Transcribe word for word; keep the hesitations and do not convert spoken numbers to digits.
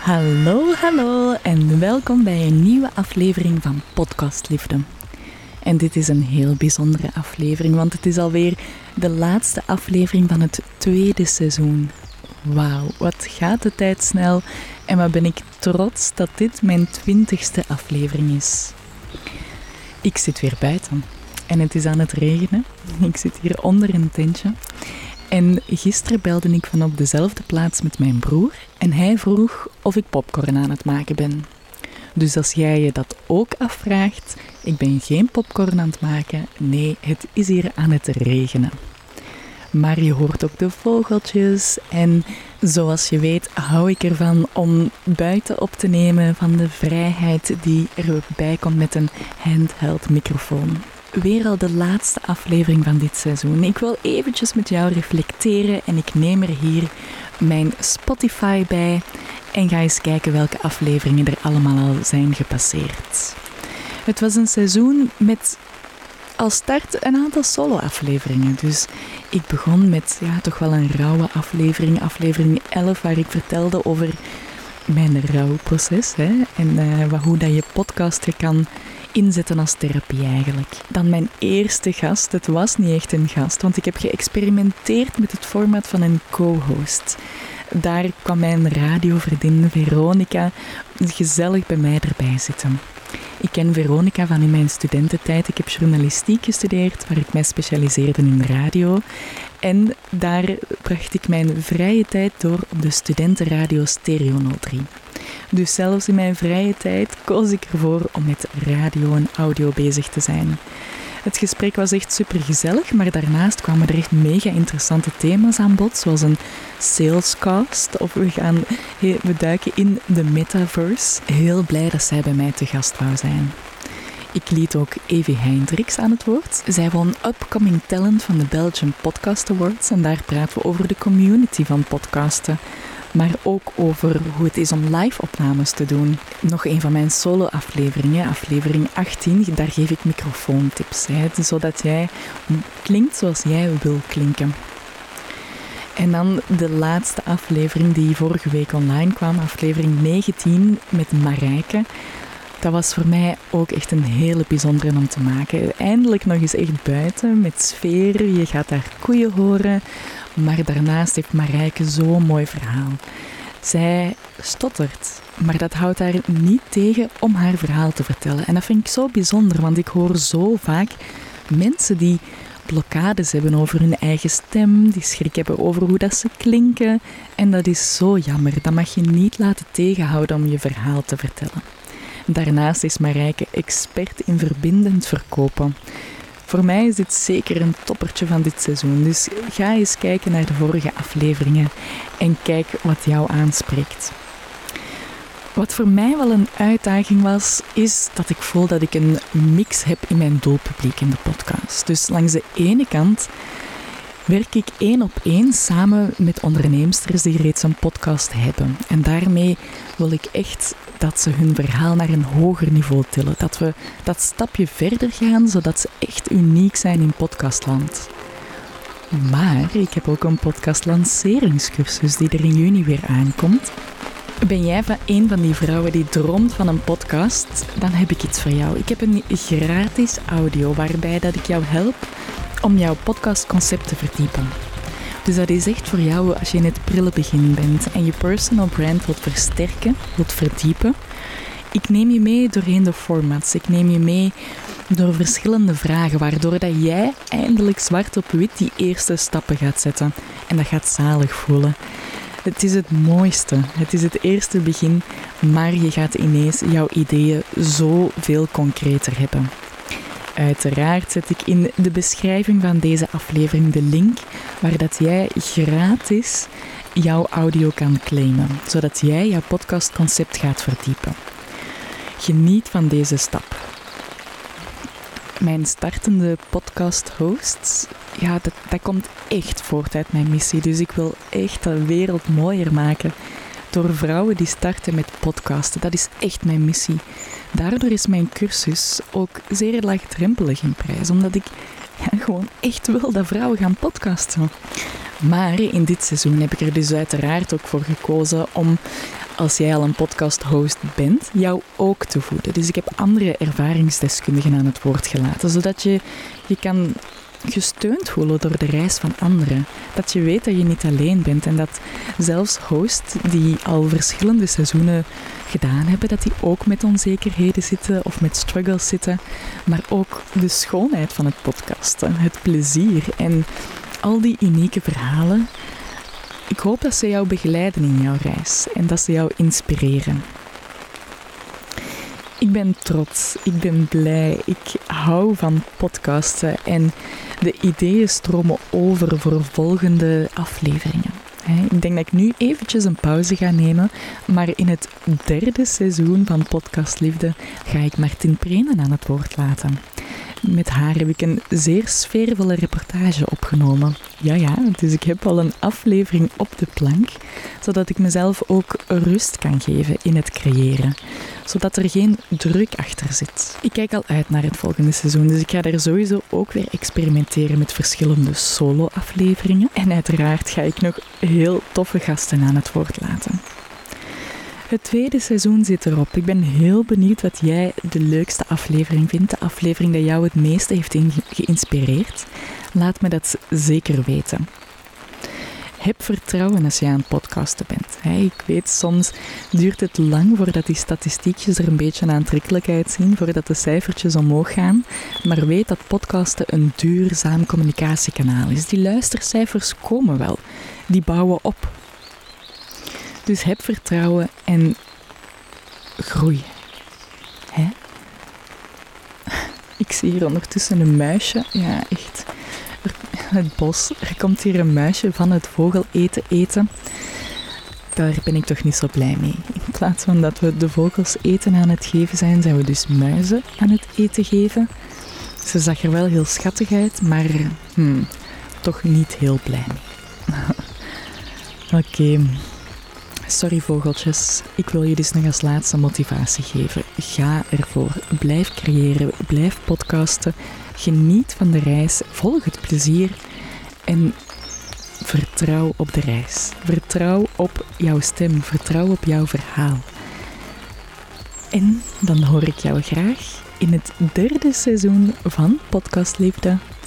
Hallo, hallo en welkom bij een nieuwe aflevering van Podcast Liefde. En dit is een heel bijzondere aflevering, want het is alweer de laatste aflevering van het tweede seizoen. Wauw, wat gaat de tijd snel en wat ben ik trots dat dit mijn twintigste aflevering is. Ik zit weer buiten en het is aan het regenen. Ik zit hier onder een tentje. En gisteren belde ik van op dezelfde plaats met mijn broer en hij vroeg of ik popcorn aan het maken ben. Dus als jij je dat ook afvraagt, ik ben geen popcorn aan het maken, nee, het is hier aan het regenen. Maar je hoort ook de vogeltjes en zoals je weet hou ik ervan om buiten op te nemen van de vrijheid die erbij komt met een handheld microfoon. Weer al de laatste aflevering van dit seizoen. Ik wil eventjes met jou reflecteren en ik neem er hier mijn Spotify bij en ga eens kijken welke afleveringen er allemaal al zijn gepasseerd. Het was een seizoen met als start een aantal solo-afleveringen. Dus ik begon met ja, toch wel een rauwe aflevering, aflevering elf, waar ik vertelde over mijn rouwproces hè, en uh, hoe dat je podcasten kan inzetten als therapie eigenlijk. Dan mijn eerste gast, het was niet echt een gast, want ik heb geëxperimenteerd met het format van een co-host. Daar kwam mijn radiovriendin Veronica gezellig bij mij erbij zitten. Ik ken Veronica van in mijn studententijd. Ik heb journalistiek gestudeerd, waar ik mij specialiseerde in radio. En daar bracht ik mijn vrije tijd door op de studentenradio Stereo nul drie. Dus zelfs in mijn vrije tijd koos ik ervoor om met radio en audio bezig te zijn. Het gesprek was echt supergezellig, maar daarnaast kwamen er echt mega interessante thema's aan bod, zoals een salescast of we, gaan, we duiken in de metaverse. Heel blij dat zij bij mij te gast wou zijn. Ik liet ook Evie Hendricks aan het woord. Zij won Upcoming Talent van de Belgian Podcast Awards en daar praten we over de community van podcasten. Maar ook over hoe het is om live-opnames te doen. Nog een van mijn solo-afleveringen, aflevering achttien, daar geef ik microfoontips. Hè, zodat jij klinkt zoals jij wil klinken. En dan de laatste aflevering die vorige week online kwam, aflevering negentien met Marijke. Dat was voor mij ook echt een hele bijzondere om te maken. Eindelijk nog eens echt buiten, met sfeer. Je gaat daar koeien horen. Maar daarnaast heeft Marijke zo'n mooi verhaal. Zij stottert, maar dat houdt haar niet tegen om haar verhaal te vertellen. En dat vind ik zo bijzonder, want ik hoor zo vaak mensen die blokkades hebben over hun eigen stem, die schrik hebben over hoe dat ze klinken. En dat is zo jammer. Dat mag je niet laten tegenhouden om je verhaal te vertellen. Daarnaast is Marijke expert in verbindend verkopen. Voor mij is dit zeker een toppertje van dit seizoen, dus ga eens kijken naar de vorige afleveringen en kijk wat jou aanspreekt. Wat voor mij wel een uitdaging was, is dat ik voel dat ik een mix heb in mijn doelpubliek in de podcast. Dus langs de ene kant werk ik één op één samen met onderneemsters die reeds een podcast hebben. En daarmee wil ik echt dat ze hun verhaal naar een hoger niveau tillen. Dat we dat stapje verder gaan, zodat ze echt uniek zijn in podcastland. Maar ik heb ook een podcastlanceringscursus die er in juni weer aankomt. Ben jij van een van die vrouwen die droomt van een podcast? Dan heb ik iets voor jou. Ik heb een gratis audio waarbij dat ik jou help om jouw podcastconcept te verdiepen. Dus dat is echt voor jou als je in het prille begin bent en je personal brand wilt versterken, wilt verdiepen. Ik neem je mee doorheen de formats. Ik neem je mee door verschillende vragen, waardoor dat jij eindelijk zwart op wit die eerste stappen gaat zetten. En dat gaat zalig voelen. Het is het mooiste. Het is het eerste begin, maar je gaat ineens jouw ideeën zoveel concreter hebben. Uiteraard zet ik in de beschrijving van deze aflevering de link waar dat jij gratis jouw audio kan claimen, zodat jij jouw podcastconcept gaat verdiepen. Geniet van deze stap. Mijn startende podcast-hosts, ja, dat, dat komt echt voort uit mijn missie. Dus ik wil echt de wereld mooier maken door vrouwen die starten met podcasten. Dat is echt mijn missie. Daardoor is mijn cursus ook zeer laagdrempelig in prijs, omdat ik ja, gewoon echt wil dat vrouwen gaan podcasten. Maar in dit seizoen heb ik er dus uiteraard ook voor gekozen om als jij al een podcast-host bent, jou ook te voeden. Dus ik heb andere ervaringsdeskundigen aan het woord gelaten, zodat je je kan gesteund voelen door de reis van anderen. Dat je weet dat je niet alleen bent en dat zelfs hosts die al verschillende seizoenen gedaan hebben, dat die ook met onzekerheden zitten of met struggles zitten, maar ook de schoonheid van het podcasten, het plezier en al die unieke verhalen. Ik hoop dat ze jou begeleiden in jouw reis en dat ze jou inspireren. Ik ben trots, ik ben blij, ik hou van podcasten en de ideeën stromen over voor volgende afleveringen. Ik denk dat ik nu eventjes een pauze ga nemen, maar in het derde seizoen van Podcast Liefde ga ik Martin Prenen aan het woord laten. Met haar heb ik een zeer sfeervolle reportage opgenomen. Ja, ja, dus ik heb al een aflevering op de plank, zodat ik mezelf ook rust kan geven in het creëren. Zodat er geen druk achter zit. Ik kijk al uit naar het volgende seizoen, dus ik ga daar sowieso ook weer experimenteren met verschillende solo-afleveringen. En uiteraard ga ik nog heel toffe gasten aan het woord laten. Het tweede seizoen zit erop. Ik ben heel benieuwd wat jij de leukste aflevering vindt. De aflevering die jou het meeste heeft geïnspireerd. Laat me dat zeker weten. Heb vertrouwen als je aan het podcasten bent. Ik weet, soms duurt het lang voordat die statistiekjes er een beetje aantrekkelijk uitzien, voordat de cijfertjes omhoog gaan. Maar weet dat podcasten een duurzaam communicatiekanaal is. Die luistercijfers komen wel. Die bouwen op. Dus heb vertrouwen en groei. Hè? Ik zie hier ondertussen een muisje. Ja, echt. Het bos. Er komt hier een muisje van het vogeleten eten. Daar ben ik toch niet zo blij mee. In plaats van dat we de vogels eten aan het geven zijn, zijn we dus muizen aan het eten geven. Ze zag er wel heel schattig uit, maar hmm, toch niet heel blij mee. Oké. Okay. Sorry vogeltjes, ik wil je dus nog als laatste motivatie geven. Ga ervoor. Blijf creëren, blijf podcasten. Geniet van de reis, volg het plezier en vertrouw op de reis. Vertrouw op jouw stem, vertrouw op jouw verhaal. En dan hoor ik jou graag in het derde seizoen van Podcast Liefde.